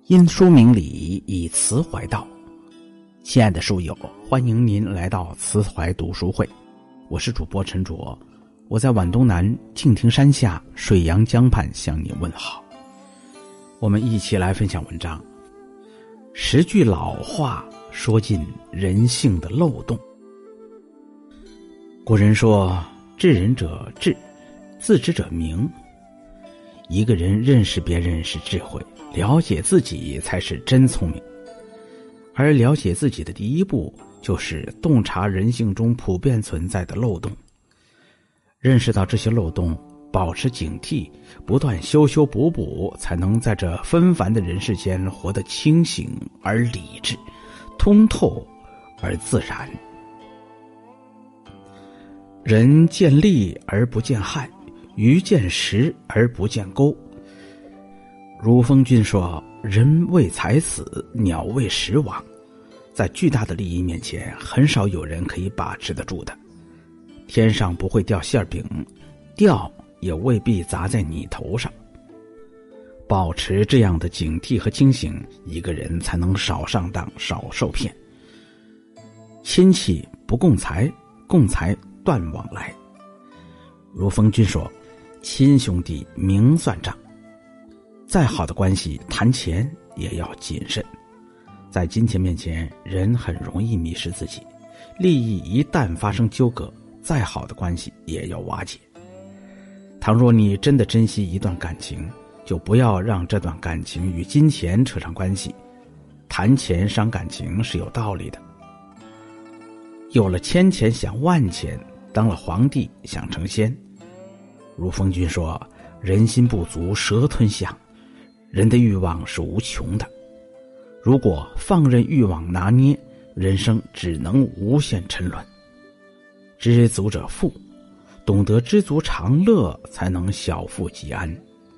因书明理，以词怀道。亲爱的书友，欢迎您来到词怀读书会，我是主播陈卓，我在皖东南敬亭山下水阳江畔向您问好。我们一起来分享文章。10句老话说尽人性的漏洞。古人说，知人者智，自知者明。一个人认识别人是智慧，了解自己才是真聪明。而了解自己的第一步，就是洞察人性中普遍存在的漏洞。认识到这些漏洞，保持警惕，不断修修补补，才能在这纷繁的人世间活得清醒而理智，通透而自然。人见利而不见害，鱼见食而不见钩。如风君说，人为财死，鸟为食亡。在巨大的利益面前，很少有人可以把持得住的。天上不会掉馅饼，掉也未必砸在你头上。保持这样的警惕和清醒，一个人才能少上当，少受骗。亲戚不共财，共财断往来。如风君说，亲兄弟明算账。再好的关系，谈钱也要谨慎。在金钱面前，人很容易迷失自己，利益一旦发生纠葛，再好的关系也要瓦解。倘若你真的珍惜一段感情，就不要让这段感情与金钱扯上关系。谈钱伤感情是有道理的。有了千钱想万钱，当了皇帝想成仙。如风君说，人心不足蛇吞象，人的欲望是无穷的。如果放任欲望拿捏，人生只能无限沉沦。知足者富，懂得知足常乐，才能小富即安。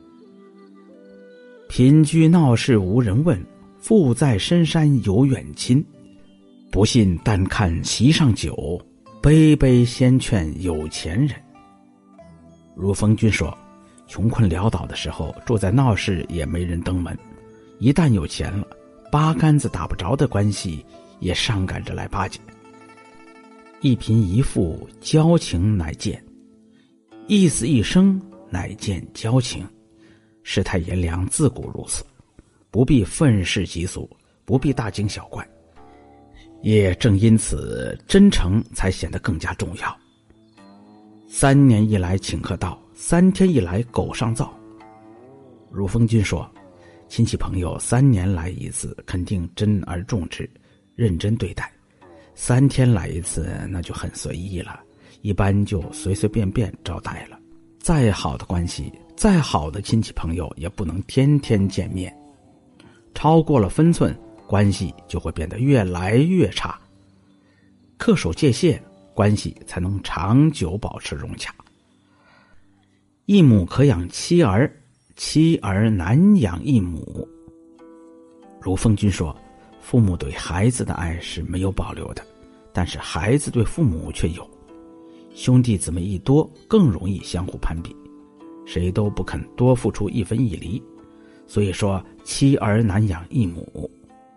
贫居闹市无人问，富在深山有远亲。不信但看席上酒，杯杯先劝有钱人。如风君说，穷困潦倒的时候，住在闹市也没人登门，一旦有钱了，八竿子打不着的关系也上赶着来巴结。一贫一富，交情乃见；一死一生，乃见交情。世态炎凉，自古如此，不必愤世嫉俗，不必大惊小怪。也正因此，真诚才显得更加重要。3年一来请客到，3天一来狗上灶。如风君说，亲戚朋友3年来一次，肯定珍而重之，认真对待。3天来一次，那就很随意了，一般就随随便便招待了。再好的关系，再好的亲戚朋友，也不能天天见面。超过了分寸，关系就会变得越来越差。恪守界限，关系才能长久保持融洽。一母可养妻儿，妻儿难养一母。如风君说，父母对孩子的爱是没有保留的，但是孩子对父母却有。兄弟姊妹一多，更容易相互攀比，谁都不肯多付出一分一厘。所以说，妻儿难养一母。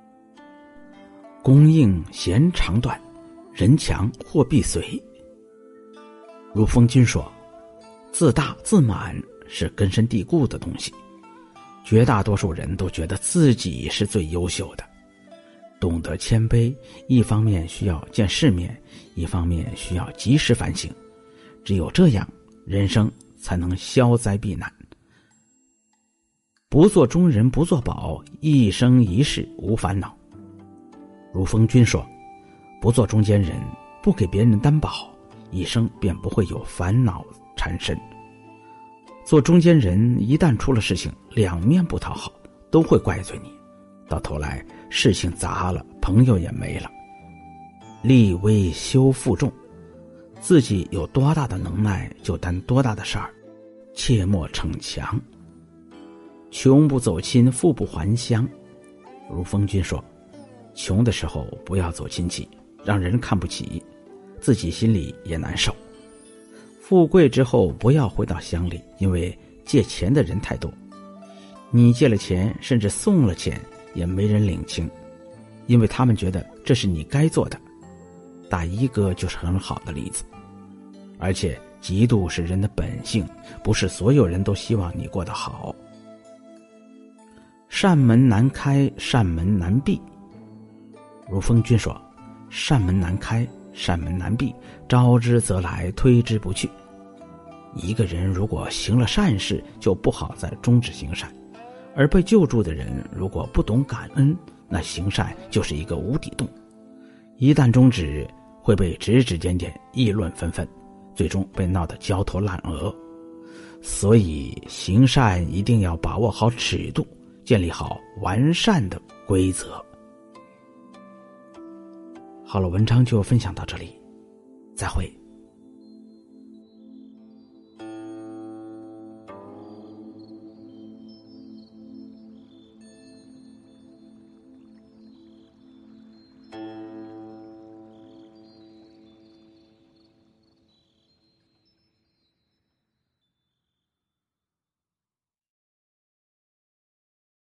供应弦长短，人强或必随。如风君说，自大自满是根深蒂固的东西，绝大多数人都觉得自己是最优秀的。懂得谦卑，一方面需要见世面，一方面需要及时反省。只有这样，人生才能消灾避难。不做中人不做宝，一生一世无烦恼。如风君说，不做中间人，不给别人担保，一生便不会有烦恼缠身。做中间人，一旦出了事情，两面不讨好，都会怪罪你，到头来事情砸了，朋友也没了。力微修负重，自己有多大的能耐就担多大的事儿，切莫逞强。穷不走亲，富不还乡。如风君说，穷的时候不要走亲戚，让人看不起，自己心里也难受。富贵之后不要回到乡里，因为借钱的人太多。你借了钱，甚至送了钱， 也没人领情，因为他们觉得这是你该做的。大衣哥就是很好的例子。而且嫉妒是人的本性，不是所有人都希望你过得好。扇门难开，扇门难闭。如风君说，扇门难开，扇门难闭，招之则来，推之不去。一个人如果行了善事，就不好再终止行善，而被救助的人如果不懂感恩，那行善就是一个无底洞，一旦终止，会被指指点点，议论纷纷，最终被闹得焦头烂额。所以行善一定要把握好尺度，建立好完善的规则。好了，文章就分享到这里，再会。